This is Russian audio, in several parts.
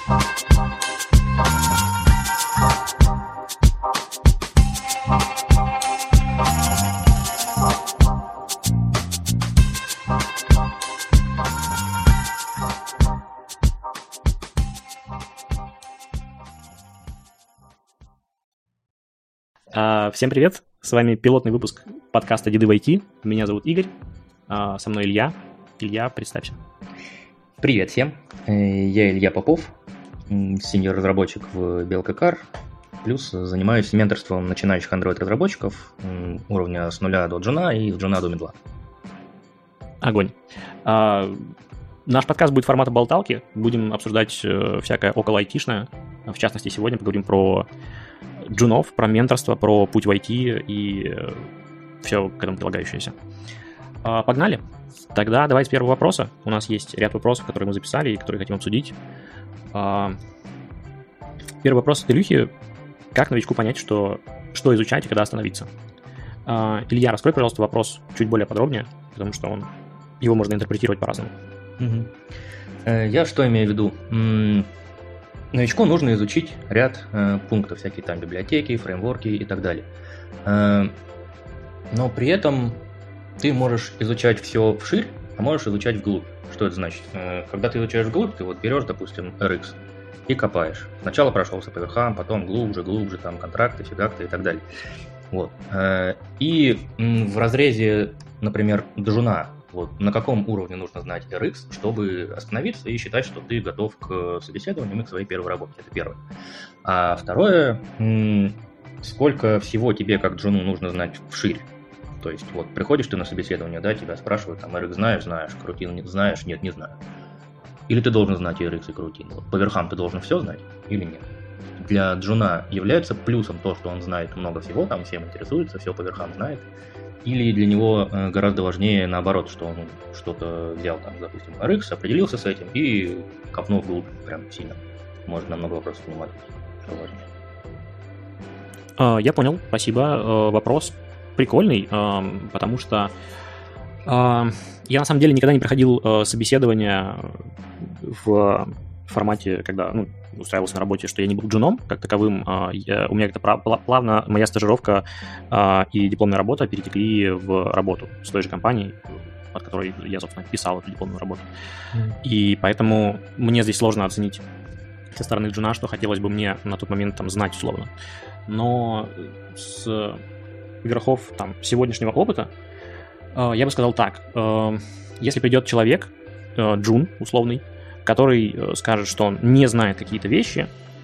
Всем привет, с вами пилотный выпуск подкаста «Деды в IT». Меня зовут Игорь, со мной Илья. Илья, представься. Привет всем, я Илья Попов, сеньор-разработчик в BLK-Car, плюс занимаюсь менторством начинающих Android-разработчиков уровня с нуля до джуна и с джуна до медла. Огонь. Наш подкаст будет формата болталки, будем обсуждать всякое около айтишное. В частности, сегодня поговорим про джунов, про менторство, про путь в IT и все к этому прилагающееся. Погнали. Тогда давай с первого вопроса. У нас есть ряд вопросов, которые мы записали и которые хотим обсудить. Первый вопрос от Илюхи. Как новичку понять, что изучать и когда остановиться? Илья, раскрой, пожалуйста, вопрос чуть более подробнее, потому что его можно интерпретировать по-разному. Я что имею в виду? Новичку нужно изучить ряд пунктов, всякие там библиотеки, фреймворки и так далее. Но при этом ты можешь изучать все вширь, а можешь изучать вглубь. Что это значит? Когда ты изучаешь вглубь, ты вот берешь, допустим, RX и копаешь. Сначала прошелся по верхам, потом глубже, там контракты, фигакты и так далее. Вот. И в разрезе, например, джуна, вот, на каком уровне нужно знать RX, чтобы остановиться и считать, что ты готов к собеседованию и к своей первой работе. Это первое. А второе, сколько всего тебе как джуну нужно знать вширь. То есть вот приходишь ты на собеседование, да, тебя спрашивают, там, RX знаешь, крутин знаешь, нет, не знаю. Или ты должен знать и RX, и крутин. Вот, по верхам ты должен все знать или нет. Для джуна является плюсом то, что он знает много всего, там всем интересуется, все по верхам знает. Или для него гораздо важнее наоборот, что он что-то взял, там, допустим, RX, определился с этим и копнул вглубь прям сильно. Может на много вопросов не ответить, что важнее. Я понял, спасибо. Вопрос прикольный, потому что я на самом деле никогда не проходил собеседование в формате, когда устраивался на работе, что я не был джуном как таковым. У меня как-то плавно моя стажировка и дипломная работа перетекли в работу с той же компанией, от которой я, собственно, писал эту дипломную работу. И поэтому мне здесь сложно оценить со стороны джуна, что хотелось бы мне на тот момент там знать условно. Но с верхов там сегодняшнего опыта я бы сказал так. Если придет человек, джун условный, который скажет, что он не знает какие-то вещи,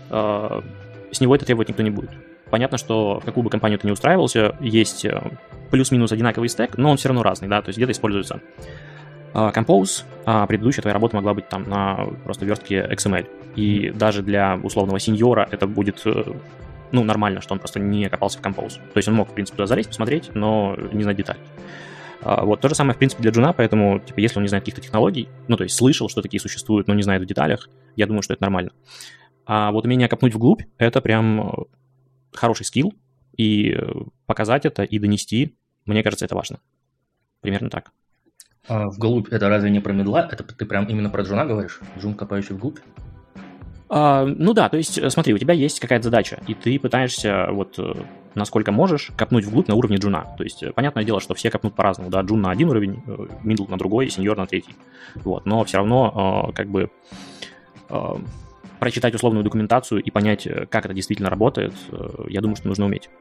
с него это требовать никто не будет. Понятно, что в какую бы компанию ты ни устраивался, есть плюс-минус одинаковый стэк, но он все равно разный, да, то есть где-то используется Compose, а предыдущая твоя работа могла быть там на просто верстке XML. И даже для условного сеньора это будет, нормально, что он просто не копался в Compose. То есть он мог, в принципе, туда залезть, посмотреть, но не знать деталей. Вот то же самое, в принципе, для джуна, поэтому, если он не знает каких-то технологий, то есть слышал, что такие существуют, но не знает в деталях, я думаю, что это нормально. А вот умение копнуть вглубь — это прям хороший скилл, и показать это, и донести, мне кажется, это важно. Примерно так. А вглубь — это разве не про медла? Это ты прям именно про джуна говоришь? Джун, копающий вглубь? Да, то есть, смотри, у тебя есть какая-то задача, и ты пытаешься насколько можешь, копнуть вглубь на уровне джуна. То есть, понятное дело, что все копнут по-разному, да, джун на один уровень, мидл на другой, сеньор на третий. Вот, но все равно, прочитать условную документацию и понять, как это действительно работает, я думаю, что нужно уметь.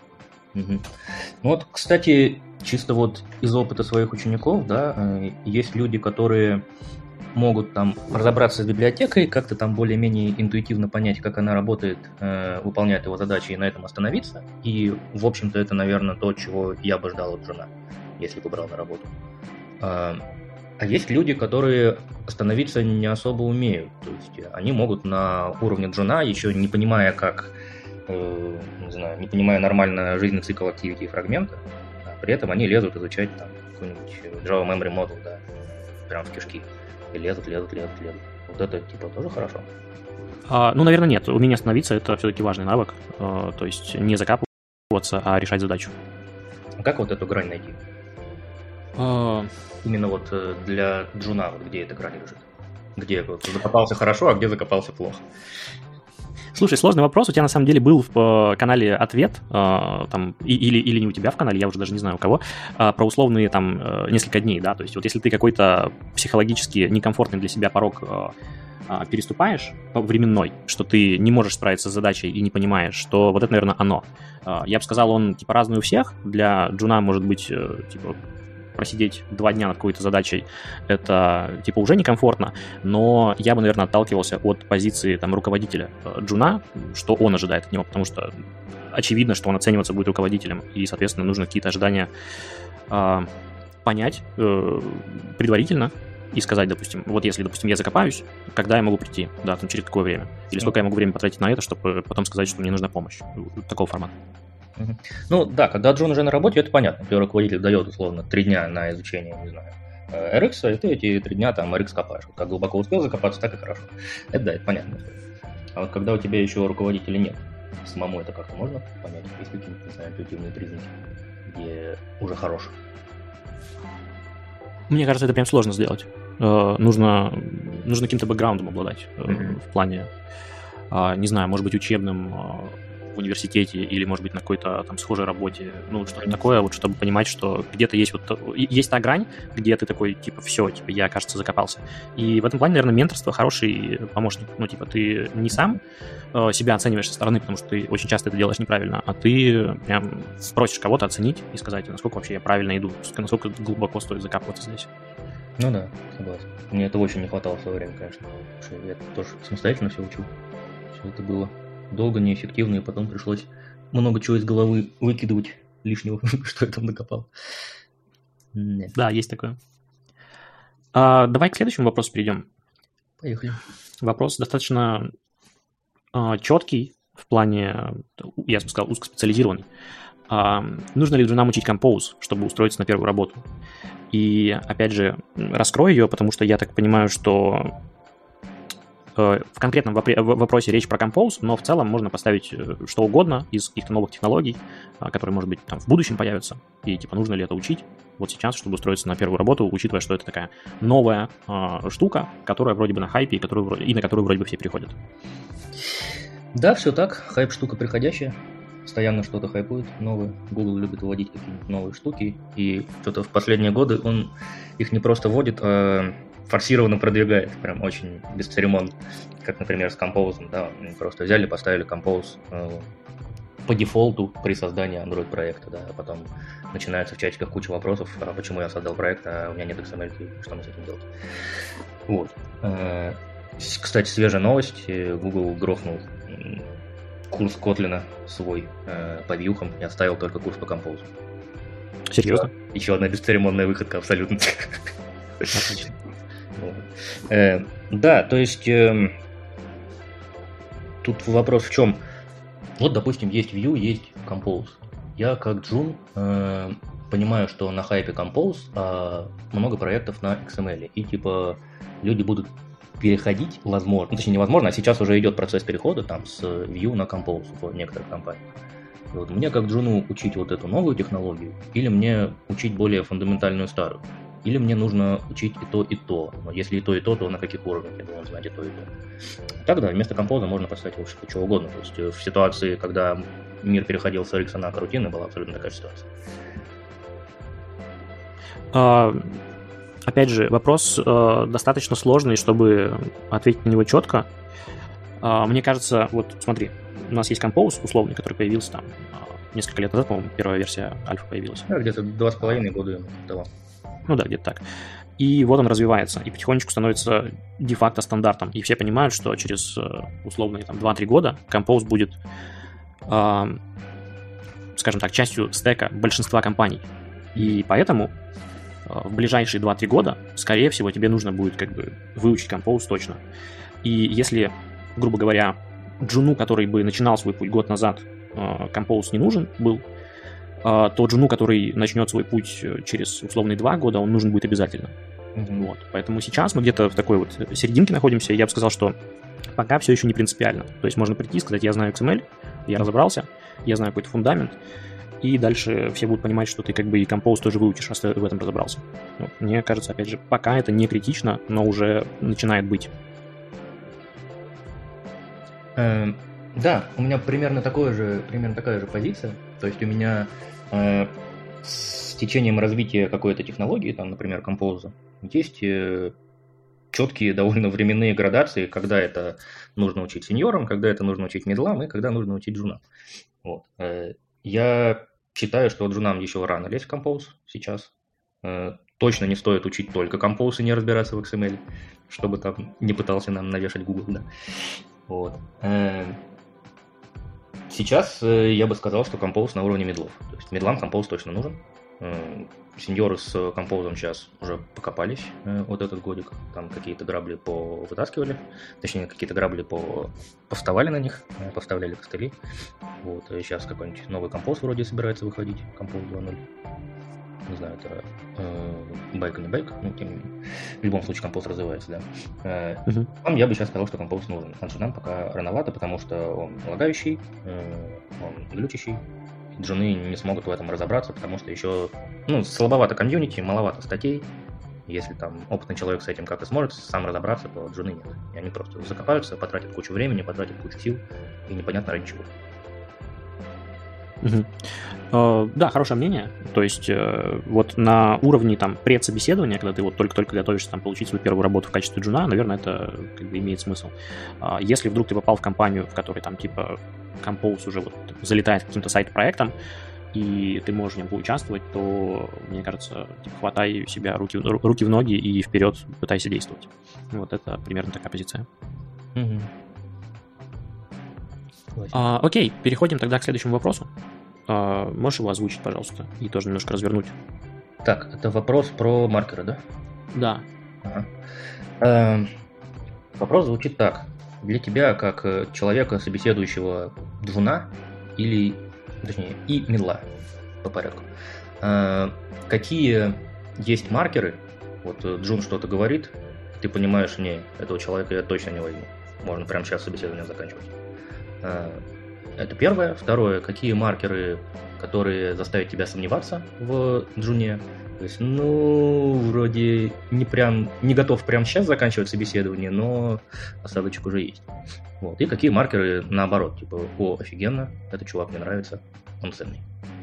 Вот, кстати, чисто вот из опыта своих учеников, да, есть люди, которые могут там разобраться с библиотекой, как-то там более-менее интуитивно понять, как она работает, выполняет его задачи и на этом остановиться. И, в общем-то, это, наверное, то, чего я бы ждал от джуна, если бы брал на работу. А есть люди, которые остановиться не особо умеют. То есть они могут на уровне джуна, еще не понимая, как, не понимая нормально жизненный цикл activity и фрагмента, а при этом они лезут изучать там какой-нибудь Java Memory Model, да, прям в кишки. И лезут. Вот это, тоже хорошо? Наверное, нет. Умение остановиться — это все-таки важный навык. То есть не закапываться, а решать задачу. А как вот эту грань найти? Именно вот для джуна, вот где эта грань лежит? Где вот закопался хорошо, а где закопался плохо? Слушай, сложный вопрос. У тебя на самом деле был в канале ответ, там, или не у тебя в канале, я уже даже не знаю у кого, про условные там несколько дней, да, то есть вот если ты какой-то психологически некомфортный для себя порог переступаешь временной, что ты не можешь справиться с задачей и не понимаешь, что вот это, наверное, оно. Я бы сказал, он типа разный у всех. Для джуна может быть типа просидеть 2 дня над какой-то задачей, это типа уже некомфортно, но я бы, наверное, отталкивался от позиции там руководителя джуна, что он ожидает от него, потому что очевидно, что он оцениваться будет руководителем, и, соответственно, нужно какие-то ожидания понять предварительно и сказать, допустим, вот если, допустим, я закопаюсь, когда я могу прийти, да, там через какое время, или сколько я могу времени потратить на это, чтобы потом сказать, что мне нужна помощь. Такого формата. Ну да, когда джун уже на работе, это понятно. Тебе руководитель дает, условно, 3 дня на изучение, не знаю, RX, и ты эти 3 дня там RX копаешь. Вот как глубоко успел закопаться, так и хорошо. Это да, это понятно. А вот когда у тебя еще руководителя нет, самому это как-то можно понять? Есть какие-то, не знаю, интуитивные признаки, где уже хорош? Мне кажется, это прям сложно сделать. Нужно каким-то бэкграундом обладать в плане, не знаю, может быть, учебным, в университете или, может быть, на какой-то там схожей работе, ну, что-то такое, вот, чтобы понимать, что где-то есть есть та грань, где ты такой, типа, все, типа, я, кажется, закопался. И в этом плане, наверное, менторство хороший помощник. Ну, типа, ты не сам себя оцениваешь со стороны, потому что ты очень часто это делаешь неправильно, а ты прям просишь кого-то оценить и сказать, насколько вообще я правильно иду, насколько глубоко стоит закапываться здесь. Ну да, согласен. Мне этого очень не хватало в свое время, конечно. Потому что я тоже самостоятельно все учил. Все это было долго, неэффективно, и потом пришлось много чего из головы выкидывать лишнего, что я там накопал. Нет. Да, есть такое. Давай к следующему вопросу перейдем. Поехали. Вопрос достаточно четкий в плане, я бы сказал, узкоспециализированный. Нужно ли джунам учить Compose, чтобы устроиться на первую работу? И, опять же, раскрою ее, потому что я так понимаю, что в конкретном вопросе речь про Compose, но в целом можно поставить что угодно из каких-то новых технологий, которые, может быть, там в будущем появятся. И, типа, нужно ли это учить вот сейчас, чтобы устроиться на первую работу, учитывая, что это такая новая штука, которая вроде бы на хайпе и на которую вроде бы все приходят. Да, все так. Хайп штука приходящая. Постоянно что-то хайпует новое. Google любит вводить какие-нибудь новые штуки. И что-то в последние годы он их не просто вводит, а форсированно продвигает. Прям очень бесцеремонно. Как, например, с Compose. Да, просто взяли, поставили Compose по дефолту при создании Android-проекта. Да, а потом начинается в чатиках куча вопросов, а почему я создал проект, а у меня нет XML, что мы с этим делать. Вот. Кстати, свежая новость. Google грохнул курс Kotlin свой по вьюхам и оставил только курс по Compose. Серьезно? Еще одна бесцеремонная выходка, абсолютно. Отлично. Да, то есть тут вопрос в чем? Вот, допустим, есть Vue, есть Compose. Я как джун понимаю, что на хайпе Compose, а много проектов на XML. И типа люди будут переходить, возможно, точнее невозможно, а сейчас уже идет процесс перехода там с Vue на Compose в некоторых компаниях. И вот мне как джуну учить вот эту новую технологию, или мне учить более фундаментальную старую, или мне нужно учить и то, и то. Но если и то, то на каких уровнях я должен знать и то, и то. Тогда вместо Compose можно поставить вообще что угодно. То есть в ситуации, когда мир переходил с RX на карутины, была абсолютно такая ситуация. Опять же, вопрос достаточно сложный, чтобы ответить на него четко. Мне кажется, вот смотри, у нас есть Compose условный, который появился там несколько лет назад, по-моему, первая версия альфа появилась. Да, где-то 2,5 года того. Ну да, где-то так. И вот он развивается, и потихонечку становится де-факто стандартом. И все понимают, что через условные там 2-3 года Compose будет, скажем так, частью стека большинства компаний. И поэтому в ближайшие 2-3 года, скорее всего, тебе нужно будет как бы выучить Compose точно. И если, грубо говоря, джуну, который бы начинал свой путь год назад, Compose не нужен был, то джуну, который начнет свой путь через условные 2 года, он нужен будет обязательно. Вот. Поэтому сейчас мы где-то в такой вот серединке находимся, и я бы сказал, что пока все еще не принципиально. То есть можно прийти и сказать, я знаю XML, я разобрался, я знаю какой-то фундамент, и дальше все будут понимать, что ты как бы и Compose тоже выучишь, раз ты в этом разобрался. Вот. Мне кажется, опять же, пока это не критично, но уже начинает быть. Да, у меня примерно такая же позиция. То есть у меня с течением развития какой-то технологии, там, например, Compose, есть четкие довольно временные градации, когда это нужно учить сеньорам, когда это нужно учить мидлам и когда нужно учить джунам. Вот. Я считаю, что джунам еще рано лезть в Compose сейчас. Точно не стоит учить только Compose и не разбираться в XML, чтобы там не пытался нам навешать Google, да. Вот. Сейчас я бы сказал, что Compose на уровне мидлов. То есть мидлам Compose точно нужен. Сеньоры с Compose сейчас уже покопались вот этот годик. Там какие-то грабли повытаскивали. Точнее, какие-то грабли повставали на них, повставляли костыли. Вот. И сейчас какой-нибудь новый Compose вроде собирается выходить. Compose 2.0. Не знаю, это байк или не байк, но тем не менее. В любом случае Compose развивается, да. Там я бы сейчас сказал, что Compose нужен. А джунам пока рановато, потому что он лагающий, он глючащий. Джуны не смогут в этом разобраться, потому что еще слабовато комьюнити, маловато статей. Если там опытный человек с этим как-то сможет сам разобраться, то джуны нет. И они просто закопаются, потратят кучу времени, потратят кучу сил, и непонятно ради чего. Да, хорошее мнение. То есть вот на уровне там предсобеседования, когда ты вот только-только готовишься там получить свою первую работу в качестве джуна, наверное, это как бы имеет смысл. Если вдруг ты попал в компанию, в которой там типа Compose уже вот залетает каким-то сайт-проектом, и ты можешь в нем поучаствовать, то, мне кажется, типа, хватай себя руки в ноги и вперед пытайся действовать. Вот это примерно такая позиция. Окей, переходим тогда к следующему вопросу. Можешь его озвучить, пожалуйста, и тоже немножко развернуть? Так, это вопрос про маркеры, да? Да. Ага. Вопрос звучит так. Для тебя, как человека, собеседующего джуна, и мидла, по порядку, какие есть маркеры? Вот джун что-то говорит, ты понимаешь, не, этого человека я точно не возьму. Можно прямо сейчас собеседование заканчивать. Это первое. Второе, какие маркеры, которые заставят тебя сомневаться в джуне? То есть, вроде не готов прямо сейчас заканчивать собеседование, но осадочек уже есть. Вот. И какие маркеры наоборот, типа, офигенно, этот чувак мне нравится, он ценный.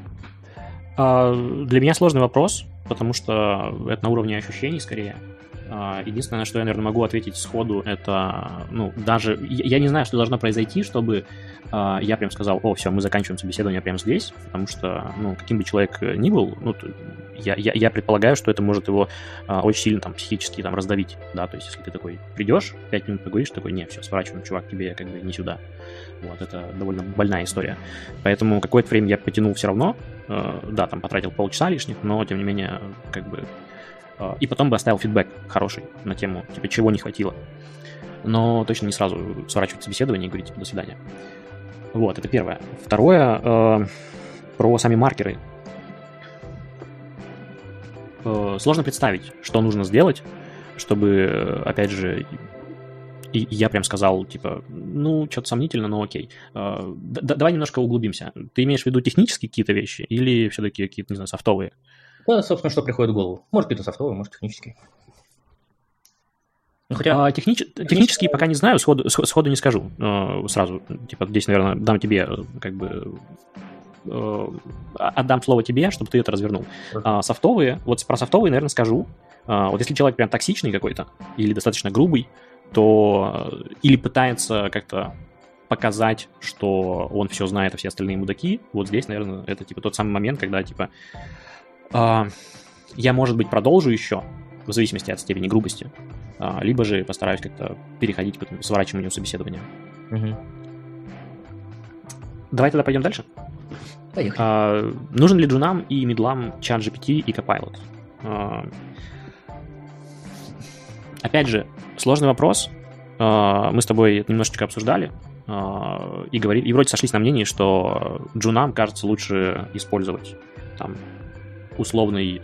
Для меня сложный вопрос, потому что это на уровне ощущений скорее. Единственное, на что я, наверное, могу ответить сходу, это, даже... Я не знаю, что должно произойти, чтобы я прям сказал, все, мы заканчиваем собеседование прямо здесь, потому что, каким бы человек ни был, я предполагаю, что это может его очень сильно там психически там раздавить, да, то есть если ты такой придешь, 5 минут поговоришь, такой, не, все, сворачиваем, чувак, тебе как бы не сюда. Вот, это довольно больная история. Поэтому какое-то время я потянул все равно, да, там потратил полчаса лишних, но, тем не менее, как бы... И потом бы оставил фидбэк хороший на тему, типа, чего не хватило. Но точно не сразу сворачивать собеседование и говорить, типа, до свидания. Вот, это первое. Второе, про сами маркеры. Сложно представить, что нужно сделать, чтобы, опять же, и я прям сказал, типа, что-то сомнительно, но окей. Давай немножко углубимся. Ты имеешь в виду технические какие-то вещи или все-таки какие-то, не знаю, софтовые? Да, собственно, что приходит в голову. Может, какие-то софтовые, может, технические. Технические пока не знаю, сходу не скажу сразу. Типа, здесь, наверное, дам тебе, как бы, отдам слово тебе, чтобы ты это развернул. Софтовые, вот про софтовые, наверное, скажу. Вот если человек прям токсичный какой-то или достаточно грубый, то или пытается как-то показать, что он все знает, а все остальные мудаки, вот здесь, наверное, это, типа, тот самый момент, когда, типа, я, может быть, продолжу еще, в зависимости от степени грубости, либо же постараюсь как-то переходить к этому сворачиванию собеседования. Давай тогда пойдем дальше. Поехали. Нужен ли джунам и мидлам ChatGPT и Copilot? Опять же, сложный вопрос. Мы с тобой немножечко обсуждали и вроде сошлись на мнении, что джунам, кажется, лучше использовать там условный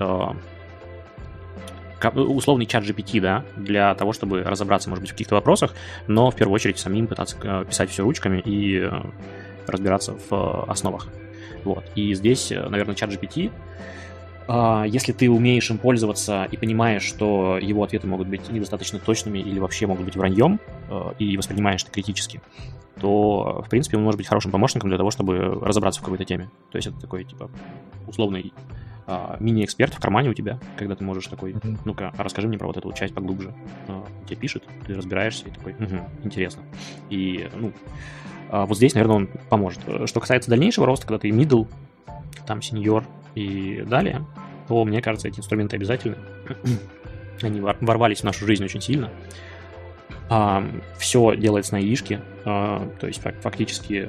чат GPT, да, для того, чтобы разобраться, может быть, в каких-то вопросах, но в первую очередь самим пытаться писать все ручками и разбираться в основах. Вот. И здесь, наверное, ChatGPT, если ты умеешь им пользоваться и понимаешь, что его ответы могут быть недостаточно точными или вообще могут быть враньем, и воспринимаешь это критически, то, в принципе, он может быть хорошим помощником для того, чтобы разобраться в какой-то теме. То есть это такой, типа, условный мини-эксперт в кармане у тебя, когда ты можешь такой, ну-ка, расскажи мне про вот эту вот часть поглубже. Тебе пишет, ты разбираешься и такой, интересно. И, вот здесь, наверное, он поможет. Что касается дальнейшего роста, когда ты middle, там, senior и далее, то, мне кажется, эти инструменты обязательны. Они ворвались в нашу жизнь очень сильно. Все делается на яишке, то есть фактически,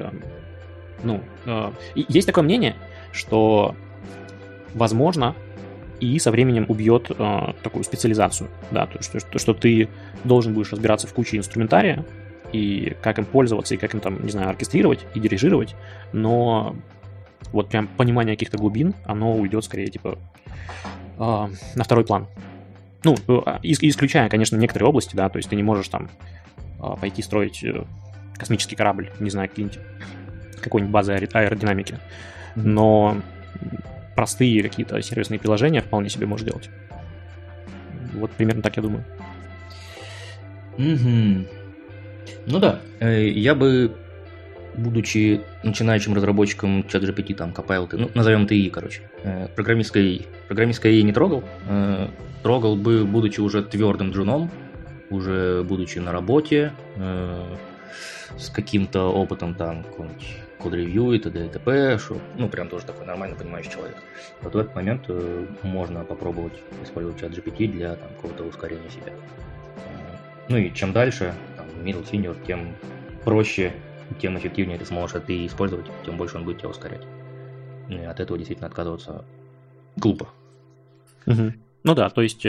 есть такое мнение, что, возможно, ИИ со временем убьет такую специализацию, да, то есть что ты должен будешь разбираться в куче инструментария и как им пользоваться, и как им там, не знаю, оркестрировать и дирижировать, но вот прям понимание каких-то глубин, оно уйдет скорее, типа, на второй план. Ну, исключая, конечно, некоторые области, да, то есть ты не можешь там пойти строить космический корабль, не знаю, какой-нибудь базы аэродинамики, но простые какие-то сервисные приложения вполне себе можешь делать. Вот примерно так я думаю. Ну да, я бы, будучи начинающим разработчиком ChatGPT, там, Copilot, назовем это ИИ, короче, программистской ИИ не трогал. Трогал бы, будучи уже твердым джуном, уже будучи на работе, с каким-то опытом там, какой-нибудь код-ревью и т.д. и т.п., прям тоже такой нормально понимающий человек. Вот в этот момент можно попробовать использовать ChatGPT для там, какого-то ускорения себя. Ну и чем дальше, там, middle, senior, тем проще, тем эффективнее ты сможешь это использовать, тем больше он будет тебя ускорять. И от этого действительно отказываться глупо. Ну да, то есть,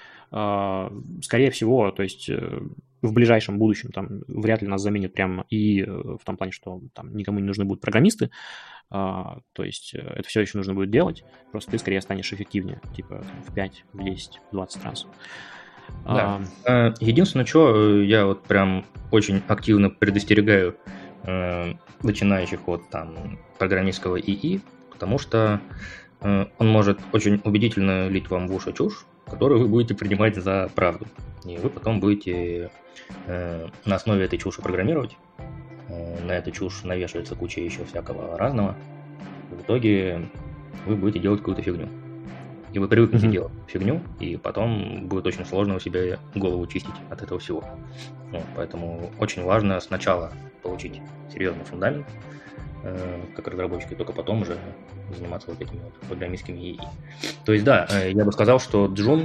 скорее всего, то есть в ближайшем будущем там вряд ли нас заменят прям и в том плане, что там никому не нужны будут программисты, то есть это все еще нужно будет делать, просто ты скорее станешь эффективнее, типа в 5, в 10, в 20 раз. Да. Единственное, что я вот прям очень активно предостерегаю начинающих от там программистского ИИ, потому что он может очень убедительно лить вам в уши чушь, которую вы будете принимать за правду. И вы потом будете на основе этой чуши программировать. На эту чушь навешивается куча еще всякого разного. В итоге вы будете делать какую-то фигню. И вы привыкнете делать фигню, и потом будет очень сложно у себя голову чистить от этого всего. Поэтому очень важно сначала получить серьезный фундамент, как разработчик, и только потом уже заниматься вот этими вот программистскими ИИ. То есть, да, я бы сказал, что джуны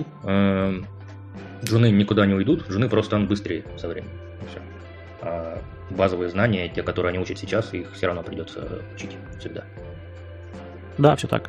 никуда не уйдут, джуны просто станут быстрее со временем. Все. А базовые знания, те, которые они учат сейчас, их все равно придется учить всегда. Да, все так.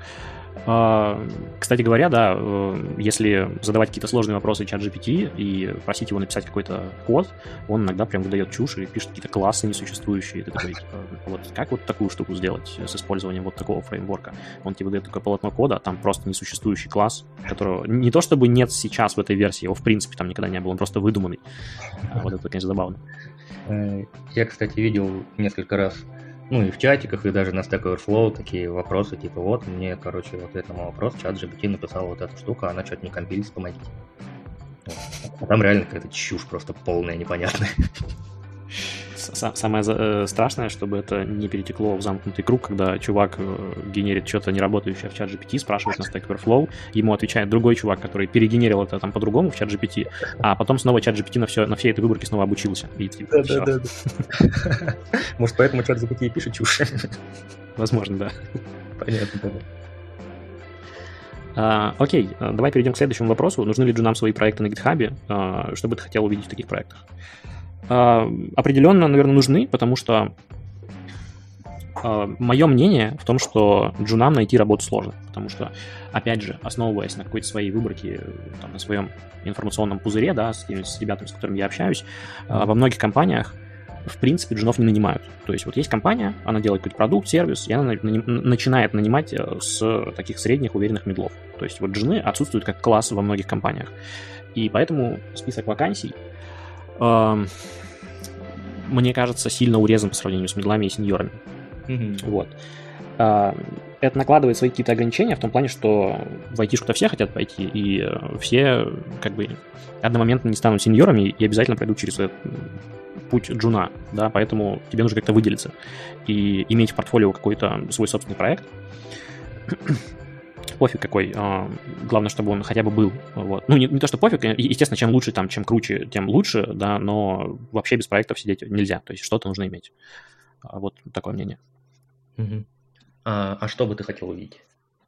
Кстати говоря, да, если задавать какие-то сложные вопросы ChatGPT и просить его написать какой-то код, он иногда прям выдает чушь и пишет какие-то классы несуществующие. Ты такой, типа, вот как вот такую штуку сделать с использованием вот такого фреймворка? Он тебе выдает такое полотно кода, а там просто несуществующий класс, которого не то чтобы нет сейчас в этой версии, его в принципе там никогда не было, он просто выдуманный. Вот это, конечно, забавно. Я, кстати, видел несколько раз и в чатиках, и даже на Stack Overflow такие вопросы, типа, вот, мне, короче, вот этому вопросу ChatGPT написал вот эту штуку, а она что-то не компилится, помогите. А там реально какая-то чушь просто полная, непонятная. Самое страшное, чтобы это не перетекло в замкнутый круг, когда чувак генерит что-то неработающее в ChatGPT, спрашивает на Stack Overflow, ему отвечает другой чувак, который перегенерил это там по-другому в ChatGPT, а потом снова ChatGPT на всей этой выборке снова обучился. Да. Может, поэтому ChatGPT и пишет чушь? Возможно, да. Понятно. Окей, давай перейдем к следующему вопросу. Нужны ли джунам свои проекты на GitHub? Что бы ты хотел увидеть в таких проектах? Определенно, наверное, нужны, потому что мое мнение в том, что джунам найти работу сложно, потому что, опять же, основываясь на какой-то своей выборке, там, на своем информационном пузыре, да, с ребятами, с которыми я общаюсь, во многих компаниях, в принципе, джунов не нанимают. То есть вот есть компания, она делает какой-то продукт, сервис, и она начинает нанимать с таких средних уверенных мидлов. То есть вот джуны отсутствуют как класс во многих компаниях. И поэтому список вакансий мне кажется, сильно урезан по сравнению с мидлами и сеньорами. Вот. это накладывает свои какие-то ограничения в том плане, что в айтишку-то все хотят пойти, и все как бы одномоментно не станут сеньорами и обязательно пройдут через этот путь джуна, да, поэтому тебе нужно как-то выделиться и иметь в портфолио какой-то свой собственный проект. Пофиг какой, главное, чтобы он хотя бы был. Вот. Ну, не то, что пофиг, естественно, чем лучше, там, чем круче, тем лучше, да, но вообще без проектов сидеть нельзя, то есть что-то нужно иметь. Вот такое мнение. Угу. А что бы ты хотел увидеть?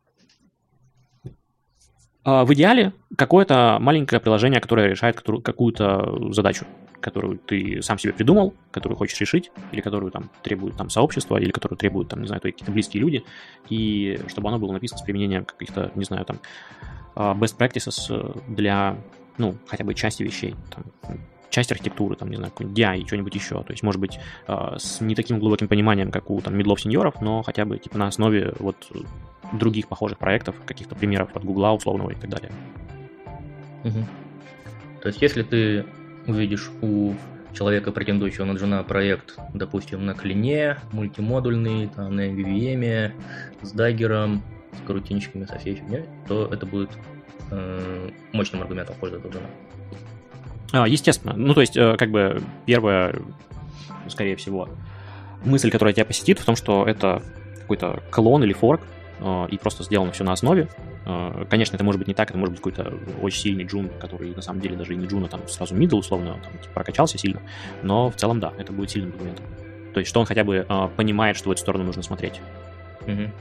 В идеале какое-то маленькое приложение, которое решает какую-то задачу, которую ты сам себе придумал, которую хочешь решить, или которую там требует там сообщество, или которую требуют там, не знаю, твои какие-то близкие люди, и чтобы оно было написано с применением каких-то, не знаю, там, best practices для, ну, хотя бы части вещей, там, часть архитектуры, там, не знаю, какой-нибудь DI, что-нибудь еще, то есть, может быть, с не таким глубоким пониманием, как у там мидлов-сеньоров, но хотя бы, типа, на основе вот других похожих проектов, каких-то примеров от Гугла условного и так далее. Угу. То есть, если ты увидишь у человека, претендующего на джуна, проект, допустим, на клине, мультимодульный, там, на MVVM, с даггером, с корутинчиками, со всей фигней, то это будет мощным аргументом в пользу этого джуна. Естественно. Ну, то есть, как бы, первая, скорее всего, мысль, которая тебя посетит, в том, что это какой-то клон или форк, и просто сделано все на основе. Конечно, это может быть не так, это может быть какой-то очень сильный джун, который на самом деле даже и не джун, а там сразу мидл, условно, там, типа, прокачался сильно, но в целом, да, это будет сильным аргументом. То есть, что он хотя бы понимает, что в эту сторону нужно смотреть. Угу.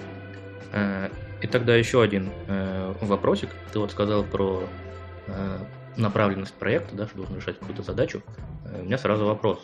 И тогда еще один вопросик. Ты вот сказал про направленность проекта, да, что должен решать какую-то задачу. У меня сразу вопрос.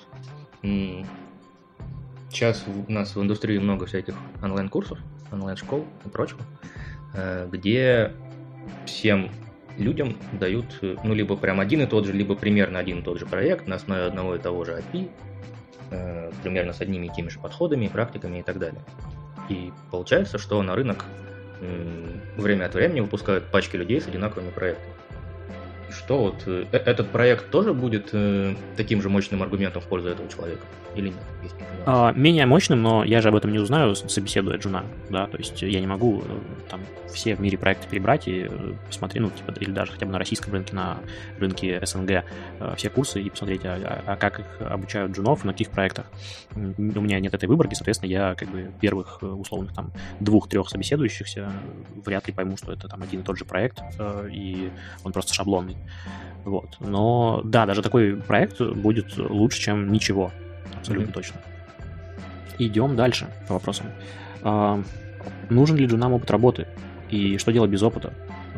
Сейчас у нас в индустрии много всяких онлайн-курсов, онлайн-школ и прочего, где всем людям дают, ну, либо прям один и тот же, либо примерно один и тот же проект на основе одного и того же API, примерно с одними и теми же подходами, практиками и так далее. И получается, что на рынок время от времени выпускают пачки людей с одинаковыми проектами. Что вот этот проект тоже будет таким же мощным аргументом в пользу этого человека или нет? Менее мощным, но я же об этом не узнаю, собеседуя джуна, да, то есть я не могу там все в мире проекты перебрать и посмотреть, ну, типа, или даже хотя бы на российском рынке, на рынке СНГ все курсы и посмотреть, как их обучают джунов, на каких проектах. У меня нет этой выборки, соответственно, я как бы первых условных там 2-3 собеседующихся вряд ли пойму, что это там один и тот же проект, и он просто шаблонный. Вот. Но да, даже такой проект будет лучше, чем ничего. Абсолютно точно. Идем дальше по вопросам. Нужен ли джунам опыт работы? И что делать без опыта?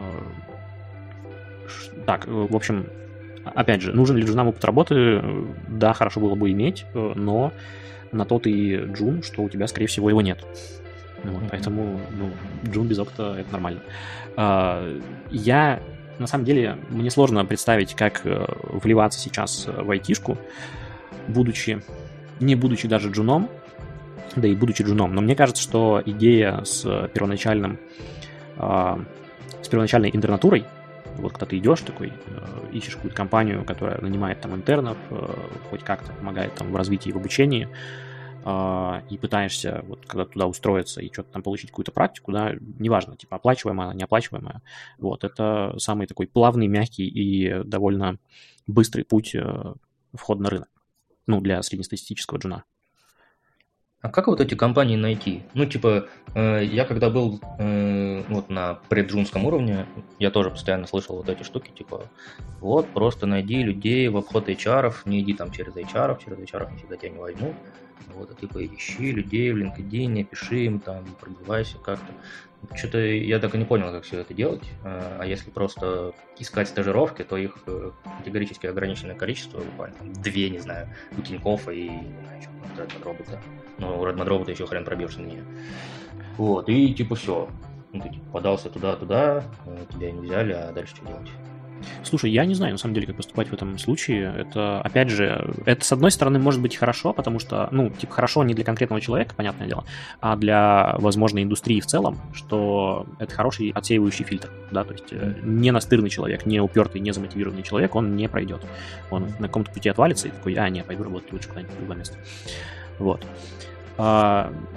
Так, в общем, опять же, нужен ли джунам опыт работы? Да, хорошо было бы иметь, но на то ты джун, что у тебя, скорее всего, его нет. Вот, поэтому, ну, джун без опыта — это нормально. На самом деле, мне сложно представить, как вливаться сейчас в айтишку, не будучи даже джуном, да и будучи джуном. Но мне кажется, что идея с первоначальной интернатурой, вот когда ты идешь такой, ищешь какую-то компанию, которая нанимает там интернов, хоть как-то помогает там в развитии, в обучении, и пытаешься, вот, когда туда устроиться и что-то там получить какую-то практику, да, неважно, типа оплачиваемая, неоплачиваемая, вот, это самый такой плавный, мягкий и довольно быстрый путь входа на рынок, ну, для среднестатистического джуна. А как вот эти компании найти? Ну, типа, я когда был вот на преджунском уровне, я тоже постоянно слышал вот эти штуки, типа, вот, просто найди людей в обход HR, не иди там через HR никогда тебя не возьмут. Вот, а типа, ищи людей в LinkedIn, пиши им там, пробивайся как-то. Что-то я так и не понял, как все это делать. А если просто искать стажировки, то их категорически ограниченное количество, буквально 2, не знаю, у Тинькоффа и, не знаю, что, Redmond Robot. Но у Redmond Robot еще хрен пробьешься на нее. Вот, и типа все. Ну, ты типа, подался туда-туда, тебя не взяли, а дальше что делать? Слушай, я не знаю, на самом деле, как поступать в этом случае. Это, опять же, это, с одной стороны, может быть хорошо, потому что, ну, типа, хорошо не для конкретного человека, понятное дело, а для, возможно, индустрии в целом, что это хороший отсеивающий фильтр, да, то есть не настырный человек, не упертый, не замотивированный человек, он не пройдет. Он на каком-то пути отвалится и такой, не, пойду работать лучше куда-нибудь в другое место. Вот.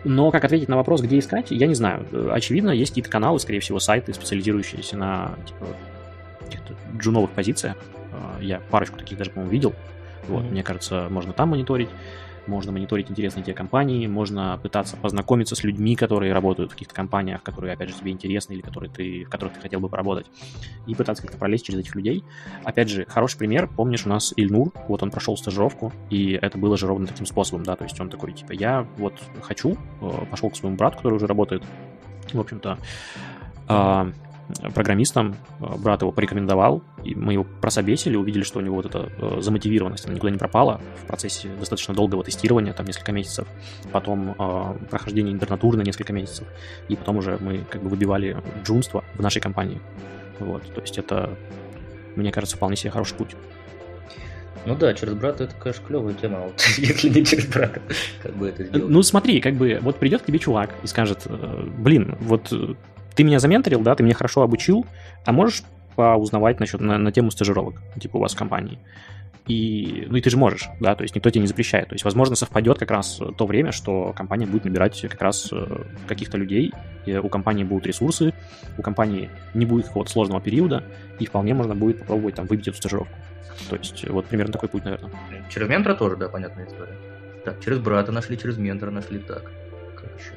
Но как ответить на вопрос, где искать, я не знаю. Очевидно, есть какие-то каналы, скорее всего, сайты, специализирующиеся на типа, каких-то джуновых позициях. Я парочку таких даже, по-моему, видел. Вот, мне кажется, можно там мониторить. Можно мониторить интересные тебе компании, можно пытаться познакомиться с людьми, которые работают в каких-то компаниях, которые, опять же, тебе интересны или в которых ты хотел бы поработать, и пытаться как-то пролезть через этих людей. Опять же, хороший пример, помнишь, у нас Ильнур, вот он прошел стажировку, и это было же ровно таким способом, да, то есть он такой, типа, я вот хочу, пошел к своему брату, который уже работает, в общем-то, программистом, брат его порекомендовал, и мы его прособесили, увидели, что у него вот эта замотивированность, она никуда не пропала в процессе достаточно долгого тестирования, там несколько месяцев, потом прохождение интернатуры на несколько месяцев, и потом уже мы как бы выбивали джунство в нашей компании. Вот, то есть это, мне кажется, вполне себе хороший путь. Ну да, через брата это, конечно, клевая тема, вот если не через брата, как бы это сделать. Ну смотри, как бы вот придет к тебе чувак и скажет, блин, вот ты меня заменторил, да, ты меня хорошо обучил, а можешь поузнавать на тему стажировок, типа у вас в компании? И ты же можешь, да, то есть никто тебе не запрещает. То есть, возможно, совпадет как раз то время, что компания будет набирать как раз каких-то людей, и у компании будут ресурсы, у компании не будет какого-то сложного периода, и вполне можно будет попробовать там выбить эту стажировку. То есть, вот примерно такой путь, наверное. Через ментора тоже, да, понятная история. Так, через брата нашли, через ментора нашли, так. Хорошо.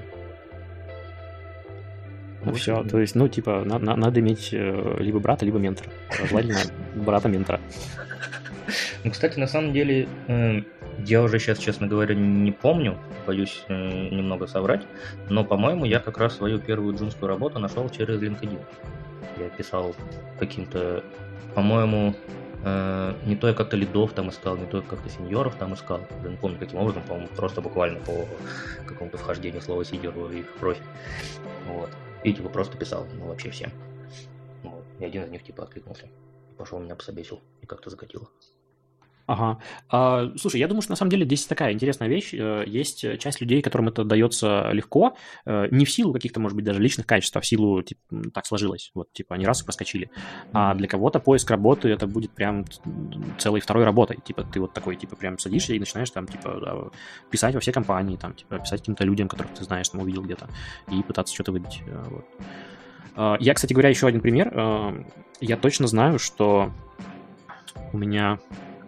Ну все, то есть, типа, надо иметь либо брата, либо ментора. Желательно брата-ментора. Ну, кстати, на самом деле, я уже сейчас, честно говоря, не помню, боюсь немного соврать, но, по-моему, я как раз свою первую джунскую работу нашел через LinkedIn. Я писал каким-то, по-моему, не то я как-то лидов там искал, не то я как-то сеньоров там искал. Я не помню, каким образом, по-моему, просто буквально по какому-то вхождению слова сидер в их профиль. Вот. И типа просто писал, вообще всем. Вот. И один из них типа откликнулся. Пошел, меня пособесил и как-то закатило. Ага. Слушай, я думаю, что на самом деле здесь такая интересная вещь. Есть часть людей, которым это дается легко, не в силу каких-то, может быть, даже личных качеств, а в силу, типа, так сложилось. Вот, типа, они раз и проскочили. А для кого-то поиск работы это будет прям целой второй работой. Типа, ты вот такой, типа, прям садишься и начинаешь там, типа, писать во все компании, там, типа, писать каким-то людям, которых ты знаешь, там, увидел где-то, и пытаться что-то выбить. Вот. Я, кстати говоря, еще один пример. Я точно знаю, что у меня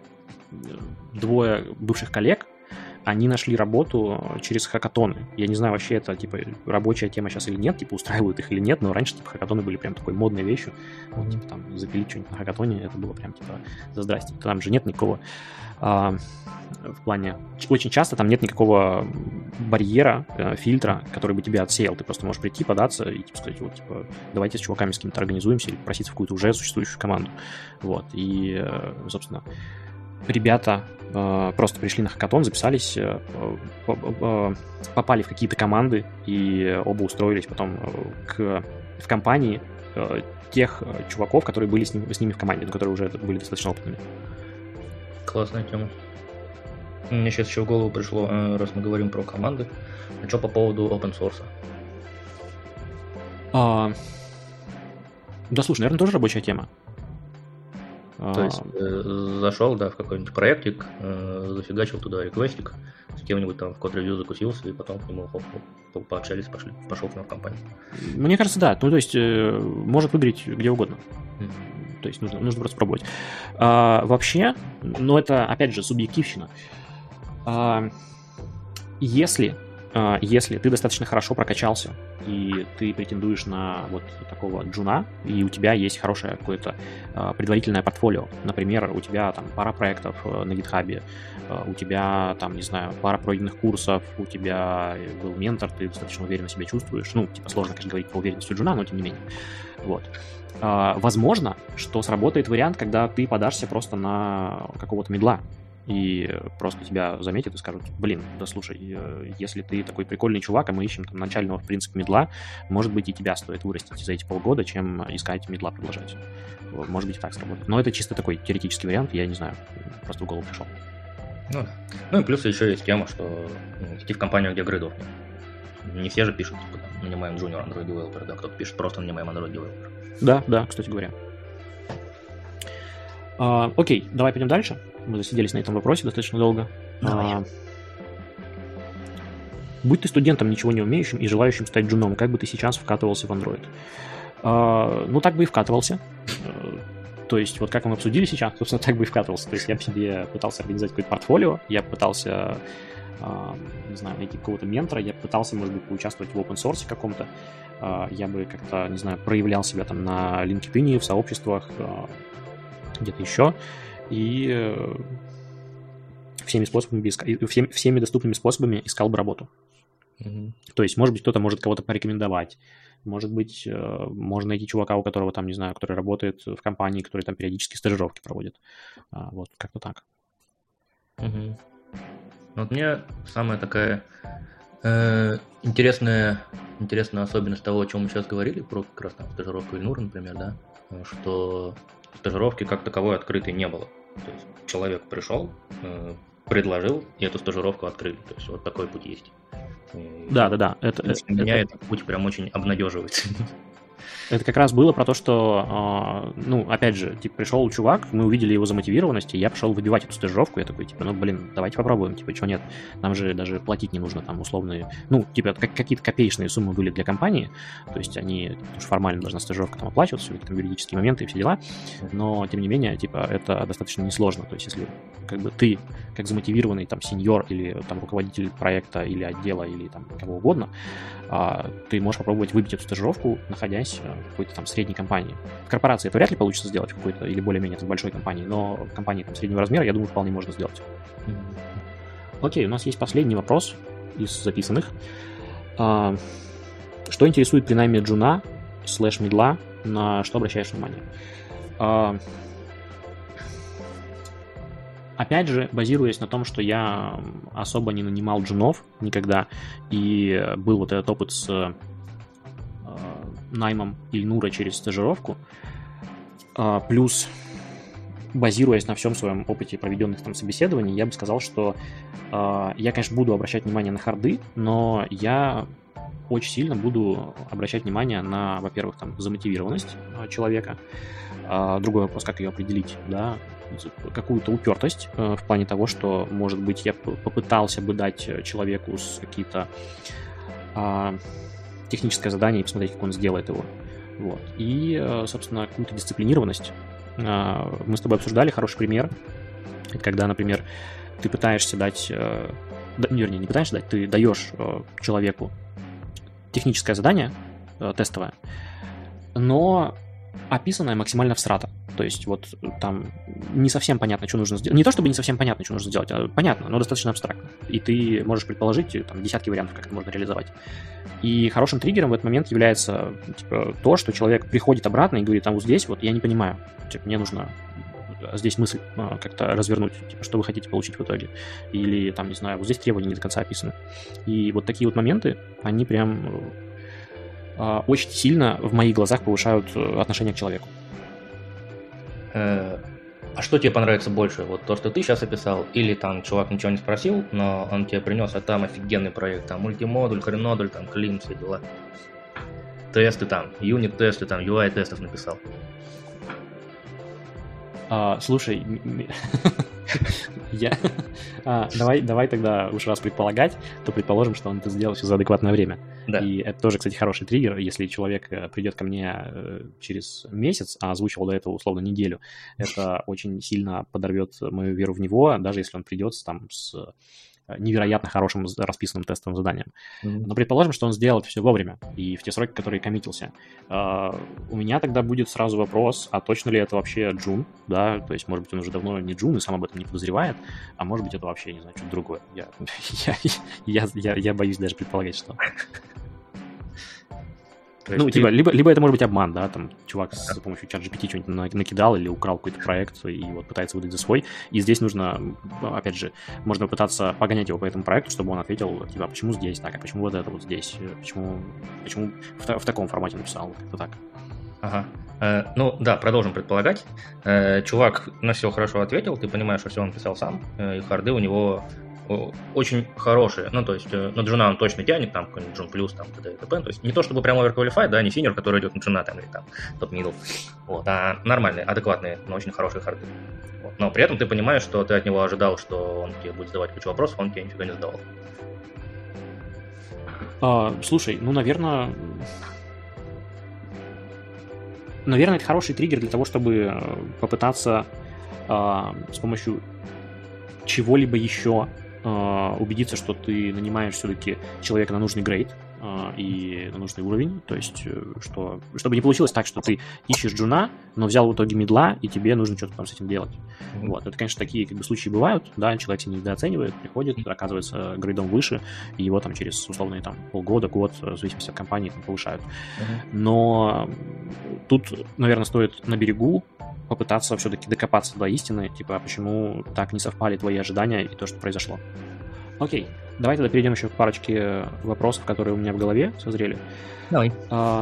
2 бывших коллег, они нашли работу через хакатоны. Я не знаю, вообще это, типа, рабочая тема сейчас или нет, типа, устраивают их или нет, но раньше, типа, хакатоны были прям такой модной вещью. Вот, типа, там, запилить что-нибудь на хакатоне, это было прям, типа, за здрасте. Там же нет никакого... в плане... Очень часто там нет никакого барьера, фильтра, который бы тебя отсеял. Ты просто можешь прийти, податься и, типа, сказать, вот, типа, давайте с чуваками с кем-то организуемся или проситься в какую-то уже существующую команду. Вот. И, собственно, ребята просто пришли на хакатон, записались, попали в какие-то команды и оба устроились потом в компании тех чуваков, которые были с ними в команде, но которые уже были достаточно опытными. Классная тема. Мне сейчас еще в голову пришло, раз мы говорим про команды, а что по поводу open source? Да, слушай, наверное, тоже рабочая тема. То есть зашел, да, в какой-нибудь проектик, зафигачил туда реквестик, с кем-нибудь там в код-ревью закусился, и потом к нему пообщались, пошел к нам в компанию. Мне кажется, да. Ну, то есть, может выбрать где угодно. То есть, нужно просто пробовать. Вообще, ну, это, опять же, субъективщина. Если ты достаточно хорошо прокачался, и ты претендуешь на вот такого джуна, и у тебя есть хорошее какое-то предварительное портфолио, например, у тебя там пара проектов на GitHub, у тебя там, не знаю, пара пройденных курсов, у тебя был ментор, ты достаточно уверенно себя чувствуешь, ну, типа, сложно, конечно, говорить про уверенность у джуна, но тем не менее, вот. Возможно, что сработает вариант, когда ты подашься просто на какого-то мидла, и просто тебя заметят и скажут, блин, да слушай, если ты такой прикольный чувак, а мы ищем там начального, в принципе, мидла, может быть, и тебя стоит вырастить за эти полгода, чем искать мидла продолжать. Может быть, и так сработает. Но это чисто такой теоретический вариант, я не знаю, просто в голову пришел. Ну да. Ну и плюс еще есть тема, что идти в компанию, где грейдов нет. Не все же пишут, типа, нанимаем junior Android developer, да, кто-то пишет просто нанимаем Android developer. Да, кстати говоря. Окей, давай пойдем дальше. Мы засиделись на этом вопросе достаточно долго. Будь ты студентом, ничего не умеющим и желающим стать джуном, как бы ты сейчас вкатывался в Android? Ну, так бы и вкатывался. То есть, вот как мы обсудили сейчас, собственно, так бы и вкатывался. То есть я бы себе пытался организовать какое-то портфолио, я пытался, не знаю, найти какого-то ментора, я пытался, может быть, поучаствовать в open source каком-то, я бы как-то, не знаю, проявлял себя там на LinkedIn, в сообществах, где-то еще, и всеми доступными способами искал бы работу. То есть, может быть, кто-то может кого-то порекомендовать, может быть, можно найти чувака, у которого там, не знаю, который работает в компании, который там периодически стажировки проводит. Вот, как-то так. Вот мне самая такая интересная особенность того, о чем мы сейчас говорили, про как раз там стажировку Ильнура, например, да, что стажировки как таковой открытой не было. То есть человек пришел, предложил, и эту стажировку открыли. То есть вот такой путь есть. Да. Меня этот путь прям очень обнадеживает. Это как раз было про то, что, ну, опять же, типа, пришел чувак, мы увидели его замотивированность, и я пошел выбивать эту стажировку, я такой, типа, ну, блин, давайте попробуем, типа, чего нет, нам же даже платить не нужно, там, условные, ну, типа, какие-то копеечные суммы были для компании, то есть они, потому что формально должна стажировка там оплачиваться, там, юридические моменты и все дела, но, тем не менее, типа, это достаточно несложно, то есть если, как бы, ты, как замотивированный, там, сеньор или, там, руководитель проекта или отдела или, там, кого угодно, ты можешь попробовать выбить эту стажировку, находясь в какой-то там средней компании. В корпорации это вряд ли получится сделать в какой-то, или более-менее в большой компании, но в компании там среднего размера, я думаю, вполне можно сделать. Окей, у нас есть последний вопрос из записанных. Что интересует при найме джуна /мидла, на что обращаешь внимание? Опять же, базируясь на том, что я особо не нанимал джунов никогда, и был вот этот опыт с наймом Ильнура через стажировку, плюс базируясь на всем своем опыте проведенных там собеседований, я бы сказал, что я, конечно, буду обращать внимание на харды, но я очень сильно буду обращать внимание на, во-первых, там, замотивированность человека, другой вопрос, как ее определить, да, какую-то упертость в плане того, что, может быть, я попытался бы дать человеку какие-то техническое задание и посмотреть, как он сделает его. Вот. И, собственно, какую-то дисциплинированность. Мы с тобой обсуждали хороший пример, когда, например, ты пытаешься дать, вернее, не пытаешься дать, ты даешь человеку техническое задание тестовое, но описанное максимально всрато. То есть вот там не совсем понятно, что нужно сделать. Не то чтобы не совсем понятно, что нужно сделать, а понятно, но достаточно абстрактно. И ты можешь предположить там десятки вариантов, как это можно реализовать. И хорошим триггером в этот момент является типа, то, что человек приходит обратно и говорит, вот здесь вот я не понимаю, типа, мне нужно здесь мысль как-то развернуть, типа, что вы хотите получить в итоге. Или там, не знаю, вот здесь требования не до конца описаны. И вот такие вот моменты, они прям очень сильно в моих глазах повышают отношение к человеку. А что тебе понравится больше? Вот то, что ты сейчас описал, или там чувак ничего не спросил, но он тебе принес, а там офигенный проект, там мультимодуль, хренодуль, там клин, все дела. Тесты там, юнит-тесты, там UI-тестов написал. Слушай, давай тогда уж раз предполагать, то предположим, что он это сделал все за адекватное время. Да. И это тоже, кстати, хороший триггер. Если человек придет ко мне через месяц, а озвучивал до этого условно неделю, это очень сильно подорвет мою веру в него, даже если он придет там с невероятно хорошим расписанным тестовым заданием. Но предположим, что он сделал это все вовремя и в те сроки, которые коммитился. У меня тогда будет сразу вопрос, а точно ли это вообще джун, да, то есть, может быть, он уже давно не джун и сам об этом не подозревает, а может быть, это вообще, не знаю, что-то другое. Я боюсь даже предполагать, что... Ну, типа, либо это может быть обман, да, там чувак с помощью ChatGPT что-нибудь накидал или украл какой-то проект и вот пытается выдать за свой. И здесь нужно, опять же, можно пытаться погонять его по этому проекту, чтобы он ответил, типа, почему здесь так, а почему вот это вот здесь, почему в таком формате написал, как-то так. Ага. Ну, да, продолжим предполагать. Чувак на все хорошо ответил, ты понимаешь, что все он писал сам, и харды у него очень хорошие, ну, то есть на джуна он точно тянет, там, какой-нибудь джун плюс, там, т.д. и т.п. То есть не то, чтобы прям overqualified, да, не синер, который идет на джуна, там, или там, топ-мидл, вот, а нормальные, адекватные, но очень хорошие харды. Вот. Но при этом ты понимаешь, что ты от него ожидал, что он тебе будет задавать кучу вопросов, он тебе нифига не задавал. Слушай, ну, наверное, это хороший триггер для того, чтобы попытаться с помощью чего-либо еще убедиться, что ты нанимаешь все-таки человека на нужный грейд и на нужный уровень. То есть, чтобы не получилось так, что ты ищешь джуна, но взял в итоге мидла, и тебе нужно что-то там с этим делать. Вот. Это, конечно, такие как бы случаи бывают, да, человек себя недооценивает, приходит, оказывается грейдом выше, и его там через условные там полгода, год, в зависимости от компании, там, повышают. Но тут, наверное, стоит на берегу попытаться все-таки докопаться до истины, типа, почему так не совпали твои ожидания и то, что произошло. Окей, давай тогда перейдем еще к парочке вопросов, которые у меня в голове созрели. Давай.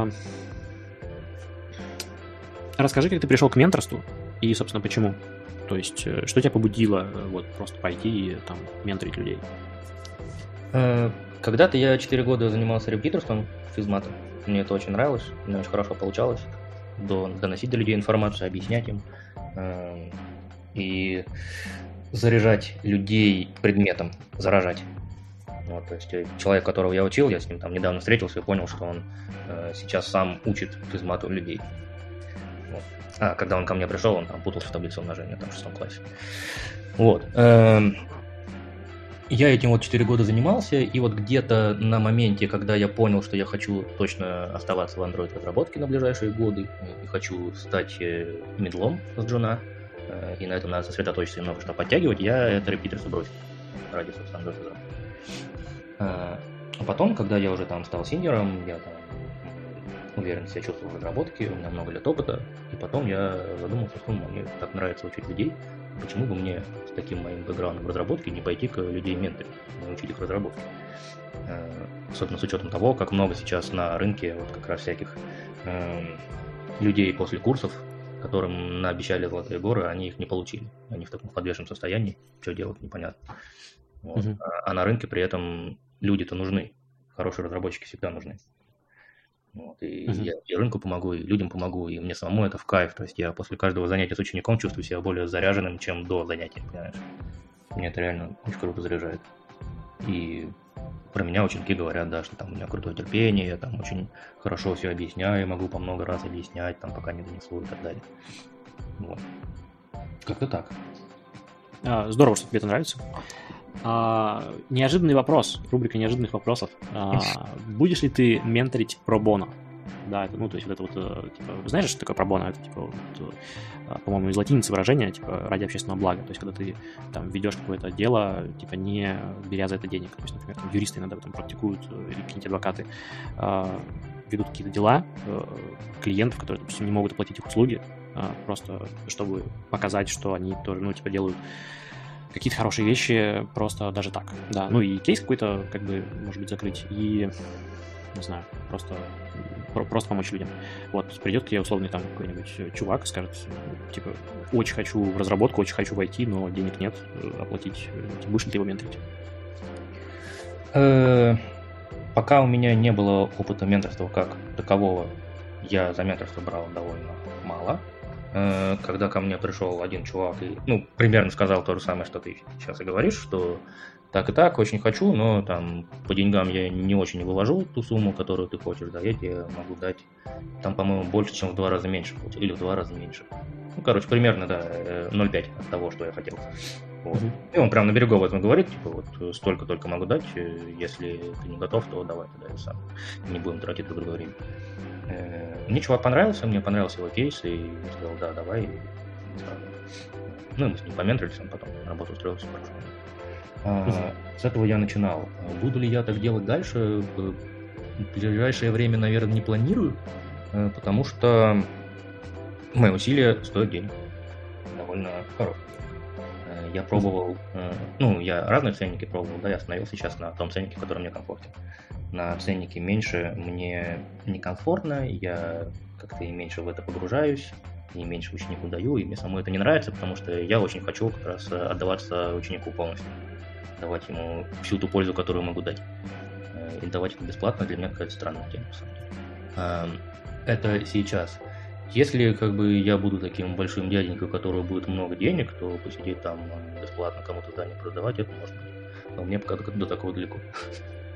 Расскажи, как ты пришел к менторству и, собственно, почему? То есть, что тебя побудило вот просто пойти и там менторить людей? Когда-то я 4 года занимался репетиторством физмата. Мне это очень нравилось, мне очень хорошо получалось доносить до людей информацию, объяснять им и заряжать людей предметом, заражать. Вот, то есть человек, которого я учил, я с ним там недавно встретился и понял, что он сейчас сам учит физмату людей. Вот. А когда он ко мне пришел, он там путался в таблице умножения там, в 6 классе. Вот. Я этим вот 4 года занимался, и вот где-то на моменте, когда я понял, что я хочу точно оставаться в Android-разработке на ближайшие годы, и хочу стать мидлом с джуна, и на этом надо сосредоточиться и много что подтягивать, я это репетиторство бросил ради, собственно, Android-разработки. А потом, когда я уже там стал синьором, я там уверенно себя чувствовал в разработке, у меня много лет опыта, и потом я задумался, что мне так нравится учить людей, почему бы мне с таким моим бэкграундом в разработке не пойти к людей менторить, не учить их разработке. Особенно с учетом того, как много сейчас на рынке вот как раз всяких людей после курсов, которым наобещали золотые горы, они их не получили. Они в таком подвешенном состоянии, что делать непонятно. Вот. А на рынке при этом люди-то нужны, хорошие разработчики всегда нужны. Вот, и я и рынку помогу, и людям помогу, и мне самому это в кайф. То есть я после каждого занятия с учеником чувствую себя более заряженным, чем до занятия, понимаешь? Мне это реально очень круто заряжает. И про меня ученики говорят, да, что там у меня крутое терпение, я там очень хорошо все объясняю, могу по много раз объяснять, там пока не донесу и так далее. Вот. Как-то так. Здорово, что тебе это нравится. Неожиданный вопрос, рубрика неожиданных вопросов. Будешь ли ты менторить пробоно? Да, это, ну, то есть вот это вот, типа, знаешь, что такое пробоно? Это, типа, вот, по-моему, из латиницы выражение, типа, ради общественного блага. То есть, когда ты там ведешь какое-то дело, типа, не беря за это денег. То есть, например, там, юристы иногда там практикуют, или какие-нибудь адвокаты ведут какие-то дела клиентов, которые, допустим, не могут оплатить их услуги, просто чтобы показать, что они тоже, ну, типа, делают какие-то хорошие вещи просто даже так. Да, ну и кейс какой-то, как бы, может быть, закрыть, и, не знаю, просто помочь людям. Вот, придет к тебе условный там какой-нибудь чувак, скажет, типа, очень хочу в разработку, очень хочу войти, но денег нет оплатить. Будешь ли ты его менторить? Пока у меня не было опыта менторства как такового, я за менторство брал довольно мало. Когда ко мне пришел один чувак и, ну, примерно сказал то же самое, что ты сейчас и говоришь, что так и так, очень хочу, но там по деньгам я не очень вывожу ту сумму, которую ты хочешь, да, я тебе могу дать там, по-моему, больше, чем в 2 раза меньше, или в 2 раза меньше. Ну, короче, примерно, да, 0,5 от того, что я хотел. Вот. И он прям на берегу об этом говорит, типа, вот столько только могу дать, если ты не готов, то давай тогда я сам, не будем тратить друг друга время. Мне чувак понравился, мне понравился его кейс, и я сказал, да, давай. Ну, мы с ним поменторились, он потом на работу устроился, прошел. С этого я начинал. Буду ли я так делать дальше? В ближайшее время, наверное, не планирую, потому что мои усилия стоят денег. Довольно хорошие. Я пробовал, ну, я разные ценники пробовал, да, я остановился сейчас на том ценнике, который мне комфортен. На ценнике меньше мне некомфортно, я как-то и меньше в это погружаюсь, и меньше ученику даю, и мне самому это не нравится, потому что я очень хочу как раз отдаваться ученику полностью, давать ему всю ту пользу, которую могу дать. И давать это бесплатно для меня какая-то странная тема, на самом деле. Это сейчас. Если как бы я буду таким большим дяденькой, у которого будет много денег, то посидеть там бесплатно кому-то здание продавать, это может быть. Но мне пока до такого далеко.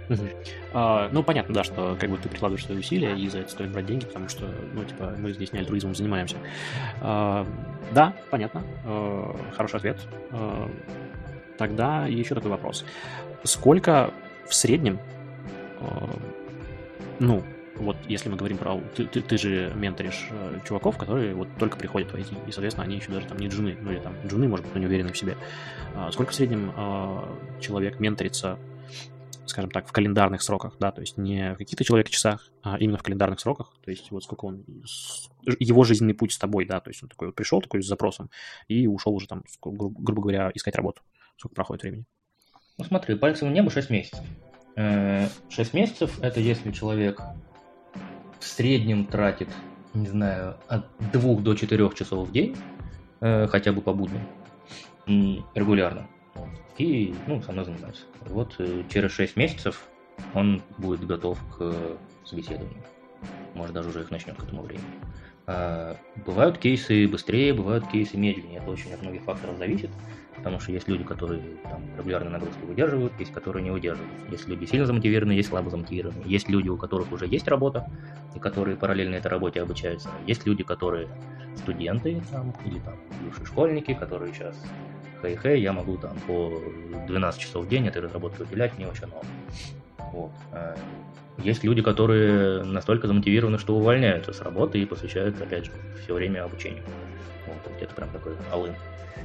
Мгм. Ну, понятно, да, что как бы ты прикладываешь свои усилия, и за это стоит брать деньги, потому что, ну, типа, мы здесь не альтруизмом занимаемся. А, Да, понятно. Хороший ответ. Тогда еще такой вопрос. Сколько в среднем, э, ну, вот если мы говорим про... Ты же менторишь чуваков, которые вот только приходят в IT, и, соответственно, они еще даже там не джуны, ну или там джуны, может быть, но не уверены в себе. Сколько в среднем человек менторится, скажем так, в календарных сроках, да, то есть не в каких-то человека-часах, а именно в календарных сроках, то есть вот сколько он, его жизненный путь с тобой, да, то есть он такой вот пришел такой с запросом и ушел уже там, грубо говоря, искать работу. Сколько проходит времени? Ну смотри, пальцем в небо 6 месяцев. 6 месяцев – это если человек в среднем тратит, не знаю, от 2 до 4 часов в день, хотя бы по будням, регулярно. И, ну, со мной занимается. Вот через 6 месяцев он будет готов к собеседованию. Может, даже уже их начнет к этому времени. Бывают кейсы быстрее, бывают кейсы медленнее. Это очень от многих факторов зависит. Потому что есть люди, которые там регулярные нагрузки выдерживают, есть которые не выдерживают. Есть люди сильно замотивированы, есть слабо замотивированы. Есть люди, у которых уже есть работа, и которые параллельно этой работе обучаются. Есть люди, которые студенты там, или там бывшие школьники, которые сейчас хей-хей, я могу там по 12 часов в день этой разработке уделять, мне очень много. Вот. Есть люди, которые настолько замотивированы, что увольняются с работы и посвящают, опять же, все время обучению. Вот, где-то прям такой all-in.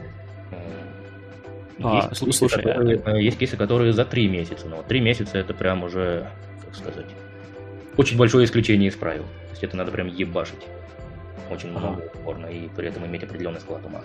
Есть кейсы, которые за 3 месяца, но 3 месяца это прям уже, как сказать, очень большое исключение из правил. То есть это надо прям ебашить очень много упорно и при этом иметь определенный склад ума.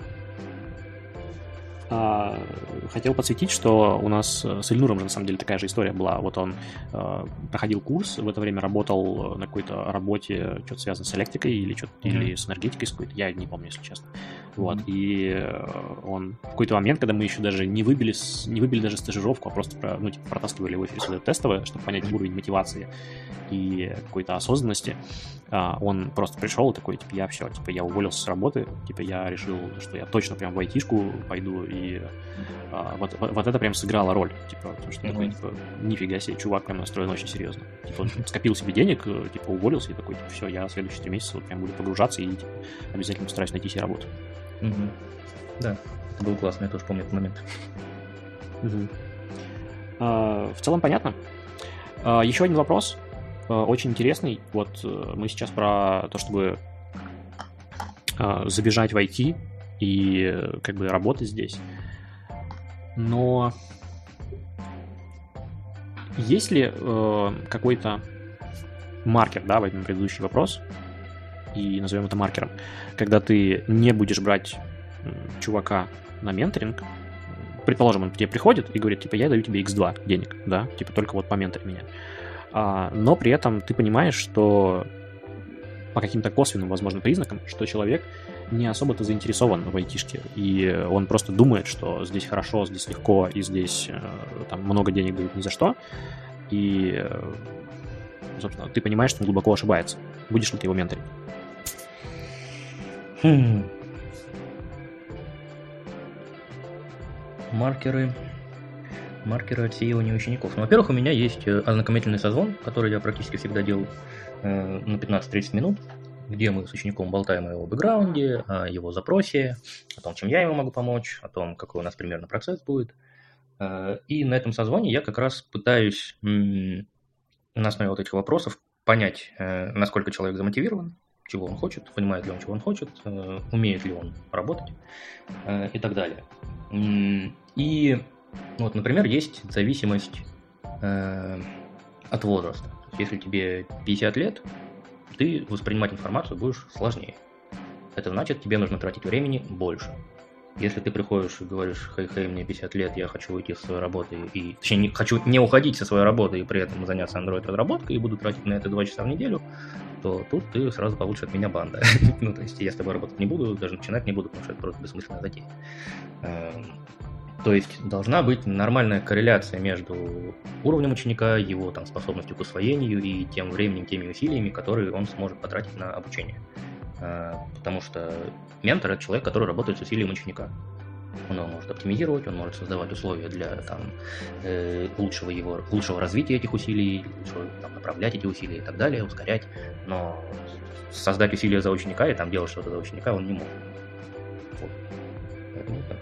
Хотел подсветить, что у нас с Ильнуром же на самом деле такая же история была. Вот он проходил курс, в это время работал на какой-то работе, что-то связано с электрикой или что-то, или с энергетикой с какой-то, я не помню, если честно. Вот, и он в какой-то момент, когда мы еще даже не выбили даже стажировку, а просто протаскивали его через это тестовое, чтобы понять уровень мотивации и какой-то осознанности, он просто пришел и такой, типа, я уволился с работы, типа, я решил, что я точно прям в айтишку пойду, и вот это прям сыграло роль, типа, потому что такой, типа, нифига себе, чувак прям настроен очень серьезно. Типа, он скопил себе денег, типа, уволился, и такой, типа, все, я следующие 3 месяца вот прям буду погружаться и, типа, обязательно постараюсь найти себе работу. Да, это было классно, я тоже помню этот момент. В целом понятно. Еще один вопрос, очень интересный. Вот мы сейчас про то, чтобы забежать в IT и как бы работать здесь. Но есть ли какой-то маркер, да, в этом предыдущий вопрос, и назовем это маркером, когда ты не будешь брать чувака на менторинг, предположим, он к тебе приходит и говорит, типа, я даю тебе x2 денег, да, типа, только вот поментори меня. Но при этом ты понимаешь, что по каким-то косвенным, возможно, признакам, что человек не особо-то заинтересован в айтишке, и он просто думает, что здесь хорошо, здесь легко, и здесь там много денег дают ни за что, и, собственно, ты понимаешь, что он глубоко ошибается. Будешь ли ты его менторить? Маркеры отсеивания учеников. Ну, во-первых, у меня есть ознакомительный созвон, который я практически всегда делаю на 15-30 минут, где мы с учеником болтаем о его бэкграунде, о его запросе, о том, чем я ему могу помочь, о том, какой у нас примерно процесс будет. И на этом созвоне я как раз пытаюсь на основе вот этих вопросов понять, насколько человек замотивирован, чего он хочет, понимает ли он, чего он хочет, умеет ли он работать и так далее. И вот, например, есть зависимость от возраста. Если тебе 50 лет, ты воспринимать информацию будешь сложнее. Это значит, тебе нужно тратить времени больше. Если ты приходишь и говоришь, хей-хей, мне 50 лет, я хочу уйти со своей работы, точнее, хочу не уходить со своей работы и при этом заняться Android-разработкой и буду тратить на это 2 часа в неделю, то тут ты сразу получишь от меня банда. Ну, то есть я с тобой работать не буду, даже начинать не буду, потому что это просто бессмысленная затея. То есть должна быть нормальная корреляция между уровнем ученика, его там способностью к усвоению и тем временем, теми усилиями, которые он сможет потратить на обучение. Потому что ментор – это человек, который работает с усилием ученика. Он его может оптимизировать, он может создавать условия для там, лучшего развития этих усилий, лучшего, там, направлять эти усилия и так далее, ускорять. Но создать усилия за ученика и там делать что-то за ученика он не может. Вот. Поэтому так.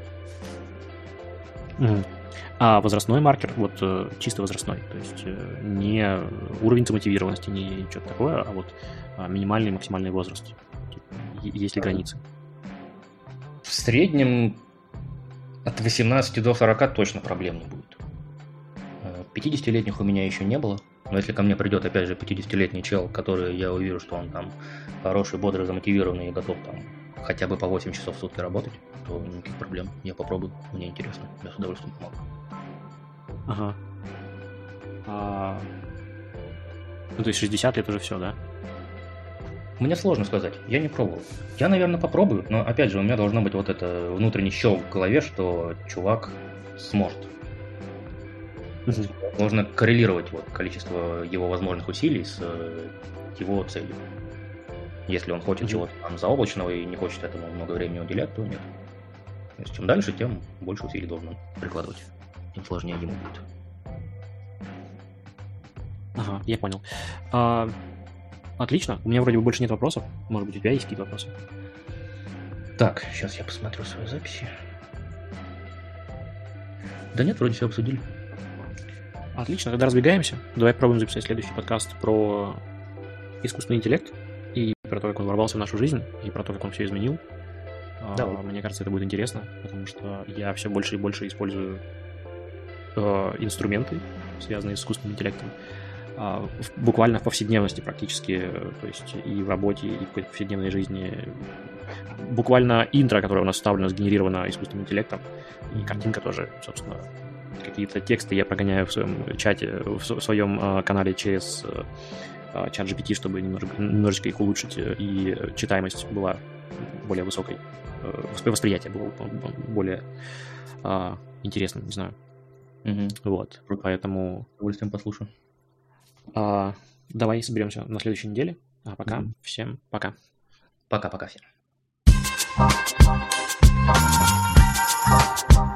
А возрастной маркер, вот чисто возрастной, то есть не уровень замотивированности, не что-то такое, а вот минимальный и максимальный возраст. Есть ли границы? В среднем от 18 до 40 точно проблем не будет. 50-летних у меня еще не было, но если ко мне придет, опять же, 50-летний чел, который я увижу, что он там хороший, бодрый, замотивированный и готов там хотя бы по 8 часов в сутки работать, то никаких проблем. Я попробую, мне интересно, я с удовольствием помогу. Ага. Ну, то есть 60 лет уже все, да? Мне сложно сказать, я не пробовал. Я, наверное, попробую, но, опять же, у меня должно быть вот это внутренний щелк в голове, что чувак сможет. Можно коррелировать вот количество его возможных усилий с его целью. Если он хочет чего-то там заоблачного и не хочет этому много времени уделять, то нет. То есть чем дальше, тем больше усилий должен прикладывать. Тем сложнее ему будет. Ага, я понял. Отлично. У меня вроде бы больше нет вопросов. Может быть, у тебя есть какие-то вопросы? Так, сейчас я посмотрю свои записи. Да нет, вроде все обсудили. Отлично, тогда разбегаемся. Давай попробуем записать следующий подкаст про искусственный интеллект и про то, как он ворвался в нашу жизнь, и про то, как он все изменил. Да. Мне кажется, это будет интересно, потому что я все больше и больше использую инструменты, связанные с искусственным интеллектом, буквально в повседневности практически, то есть и в работе, и в какой-то повседневной жизни. Буквально интро, которое у нас вставлено, сгенерировано искусственным интеллектом, и картинка тоже, собственно, какие-то тексты я прогоняю в своем чате, в своем канале через чат GPT, чтобы немножечко их улучшить, и читаемость была более высокой, восприятие было более интересным, не знаю. Вот, поэтому... С удовольствием послушаю. Давай соберемся на следующей неделе. А пока всем пока. Пока-пока всем.